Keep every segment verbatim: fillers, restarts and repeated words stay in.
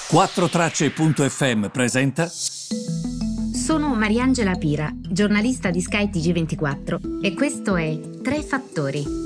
quattro tracce punto effe emme presenta. Sono Mariangela Pira, giornalista di Sky T G ventiquattro e questo è Tre Fattori.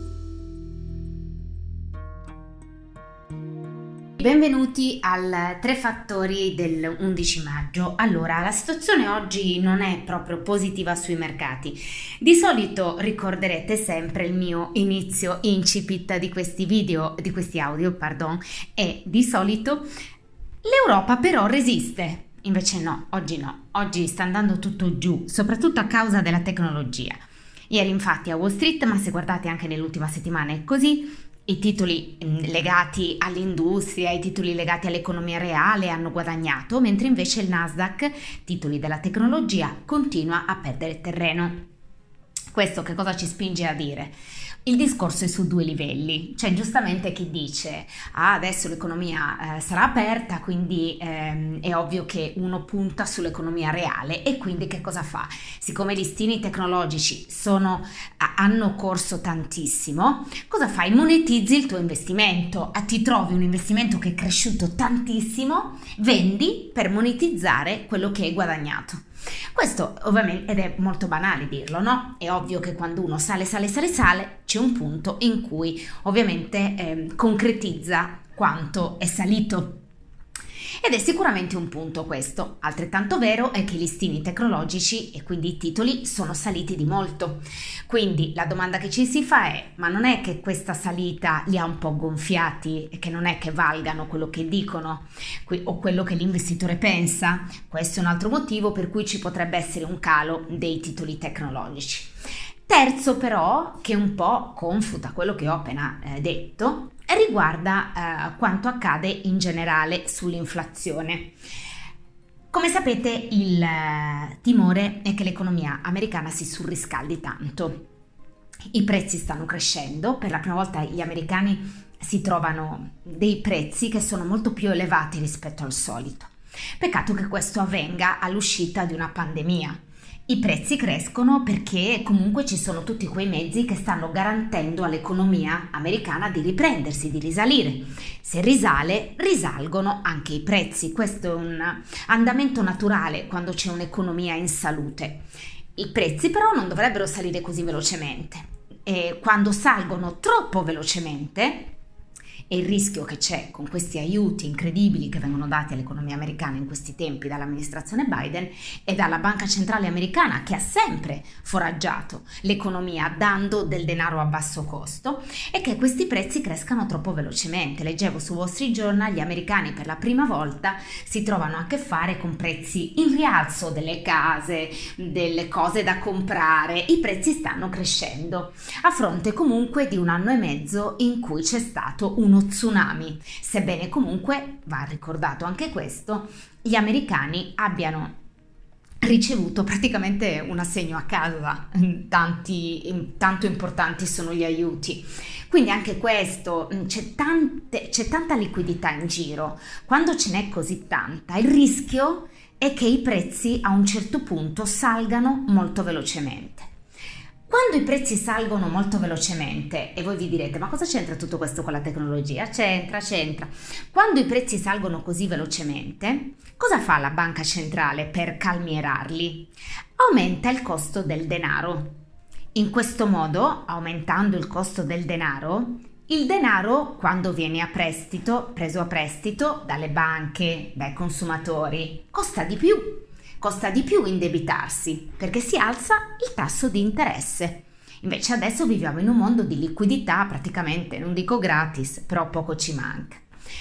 Benvenuti al Tre Fattori del undici maggio. Allora, la situazione oggi non è proprio positiva sui mercati. Di solito ricorderete sempre il mio inizio incipit di questi video, di questi audio, pardon, e di solito l'Europa però resiste. Invece no, oggi no. Oggi sta andando tutto giù, soprattutto a causa della tecnologia. Ieri infatti a Wall Street, ma se guardate anche nell'ultima settimana è così, i titoli legati all'industria, i titoli legati all'economia reale hanno guadagnato, mentre invece il Nasdaq, titoli della tecnologia, continua a perdere terreno. Questo che cosa ci spinge a dire? Il discorso è su due livelli. C'è giustamente chi dice ah, adesso l'economia eh, sarà aperta, quindi ehm, è ovvio che uno punta sull'economia reale e quindi che cosa fa? Siccome i listini tecnologici sono, hanno corso tantissimo, cosa fai? Monetizzi il tuo investimento, ti trovi un investimento che è cresciuto tantissimo, vendi per monetizzare quello che hai guadagnato. Questo ovviamente, ed è molto banale dirlo, no? È ovvio che quando uno sale, sale, sale, sale, c'è un punto in cui ovviamente eh, concretizza quanto è salito. Ed è sicuramente un punto questo. Altrettanto vero è che i listini tecnologici e quindi i titoli sono saliti di molto. Quindi la domanda che ci si fa è: ma non è che questa salita li ha un po' gonfiati e che non è che valgano quello che dicono o quello che l'investitore pensa? Questo è un altro motivo per cui ci potrebbe essere un calo dei titoli tecnologici. Terzo però, che un po' confuta quello che ho appena eh, detto, riguarda eh, quanto accade in generale sull'inflazione. Come sapete, il eh, timore è che l'economia americana si surriscaldi tanto. I prezzi stanno crescendo, per la prima volta gli americani si trovano dei prezzi che sono molto più elevati rispetto al solito. Peccato che questo avvenga all'uscita di una pandemia. I prezzi crescono perché comunque ci sono tutti quei mezzi che stanno garantendo all'economia americana di riprendersi, di risalire. Se risale, risalgono anche i prezzi. Questo è un andamento naturale quando c'è un'economia in salute. I prezzi però non dovrebbero salire così velocemente. E quando salgono troppo velocemente, e il rischio che c'è con questi aiuti incredibili che vengono dati all'economia americana in questi tempi dall'amministrazione Biden e dalla Banca Centrale Americana, che ha sempre foraggiato l'economia dando del denaro a basso costo, è che questi prezzi crescano troppo velocemente. Leggevo su Wall Street Journal, gli americani per la prima volta si trovano a che fare con prezzi in rialzo delle case, delle cose da comprare. I prezzi stanno crescendo a fronte comunque di un anno e mezzo in cui c'è stato uno tsunami, sebbene comunque, va ricordato anche questo, gli americani abbiano ricevuto praticamente un assegno a casa, tanti, tanto importanti sono gli aiuti. Quindi anche questo, c'è, tante, c'è tanta liquidità in giro. Quando ce n'è così tanta, il rischio è che i prezzi a un certo punto salgano molto velocemente. Quando i prezzi salgono molto velocemente, e voi vi direte, ma cosa c'entra tutto questo con la tecnologia? C'entra, c'entra. Quando i prezzi salgono così velocemente, cosa fa la banca centrale per calmierarli? Aumenta il costo del denaro. In questo modo, aumentando il costo del denaro, il denaro, quando viene a prestito, preso a prestito dalle banche, dai consumatori, costa di più. Costa di più indebitarsi perché si alza il tasso di interesse. Invece adesso viviamo in un mondo di liquidità praticamente, non dico gratis, però poco ci manca.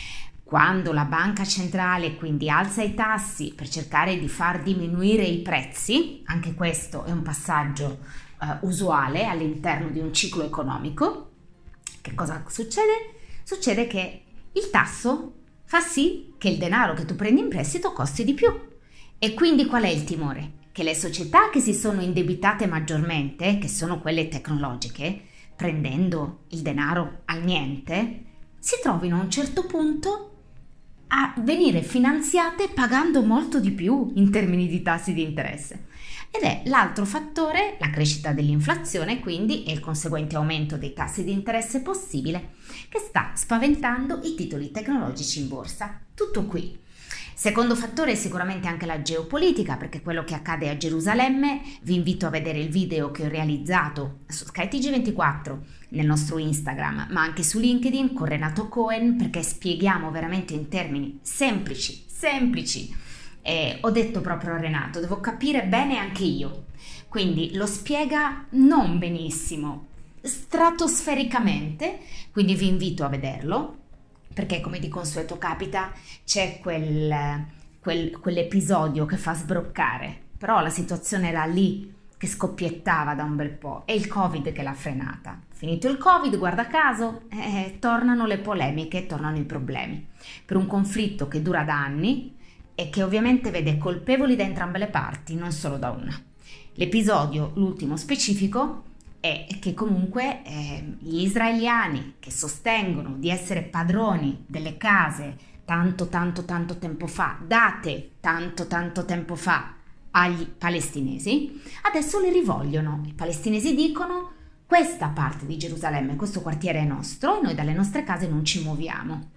Quando la banca centrale quindi alza i tassi per cercare di far diminuire i prezzi, anche questo è un passaggio uh, usuale all'interno di un ciclo economico, che cosa succede? Succede che il tasso fa sì che il denaro che tu prendi in prestito costi di più. E quindi qual è il timore? Che le società che si sono indebitate maggiormente, che sono quelle tecnologiche, prendendo il denaro al niente, si trovino a un certo punto a venire finanziate pagando molto di più in termini di tassi di interesse. ed è l'altro fattore, la crescita dell'inflazione quindi e il conseguente aumento dei tassi di interesse possibile, che sta spaventando i titoli tecnologici in borsa. Tutto qui. Secondo fattore è sicuramente anche la geopolitica, perché quello che accade a Gerusalemme, vi invito a vedere il video che ho realizzato su Sky T G ventiquattro, nel nostro Instagram, ma anche su LinkedIn con Renato Cohen, perché spieghiamo veramente in termini semplici, semplici. Eh, ho detto proprio a Renato, devo capire bene anche io. Quindi lo spiega non benissimo, stratosfericamente, quindi vi invito a vederlo. Perché come di consueto capita c'è quel, quel, quell'episodio che fa sbroccare, però la situazione era lì che scoppiettava da un bel po', è il Covid che l'ha frenata. Finito il Covid, guarda caso, eh, tornano le polemiche, tornano i problemi, per un conflitto che dura da anni e che ovviamente vede colpevoli da entrambe le parti, non solo da una. L'episodio, l'ultimo specifico, è che comunque eh, gli israeliani che sostengono di essere padroni delle case tanto tanto tanto tempo fa, date tanto tanto tempo fa agli palestinesi, adesso le rivogliono. I palestinesi dicono: questa parte di Gerusalemme, questo quartiere è nostro e noi dalle nostre case non ci muoviamo.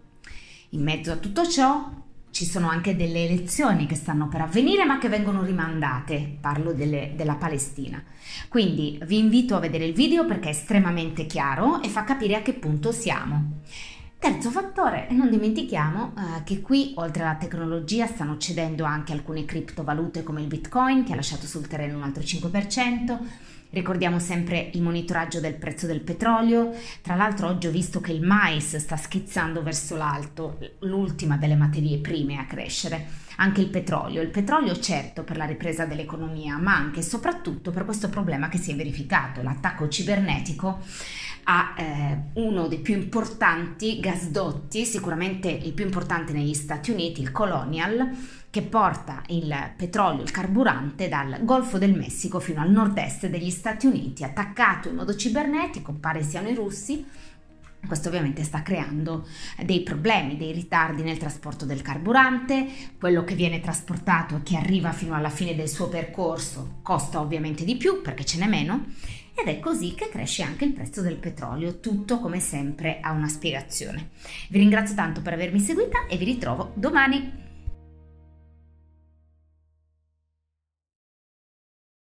In mezzo a tutto ciò ci sono anche delle elezioni che stanno per avvenire ma che vengono rimandate, parlo delle, della Palestina. Quindi vi invito a vedere il video perché è estremamente chiaro e fa capire a che punto siamo. Terzo fattore, non dimentichiamo eh, che qui oltre alla tecnologia stanno cedendo anche alcune criptovalute come il Bitcoin, che ha lasciato sul terreno un altro cinque per cento. Ricordiamo sempre il monitoraggio del prezzo del petrolio. Tra l'altro oggi ho visto che il mais sta schizzando verso l'alto, l'ultima delle materie prime a crescere. Anche il petrolio. Il petrolio certo per la ripresa dell'economia, ma anche e soprattutto per questo problema che si è verificato, l'attacco cibernetico a eh, uno dei più importanti gasdotti, sicuramente il più importante negli Stati Uniti, il Colonial, che porta il petrolio, il carburante dal Golfo del Messico fino al nord-est degli Stati Uniti, attaccato in modo cibernetico, pare siano i russi. Questo ovviamente sta creando dei problemi, dei ritardi nel trasporto del carburante, quello che viene trasportato e che arriva fino alla fine del suo percorso costa ovviamente di più perché ce n'è meno, ed è così che cresce anche il prezzo del petrolio. Tutto come sempre ha una spiegazione. Vi ringrazio tanto per avermi seguita e vi ritrovo domani.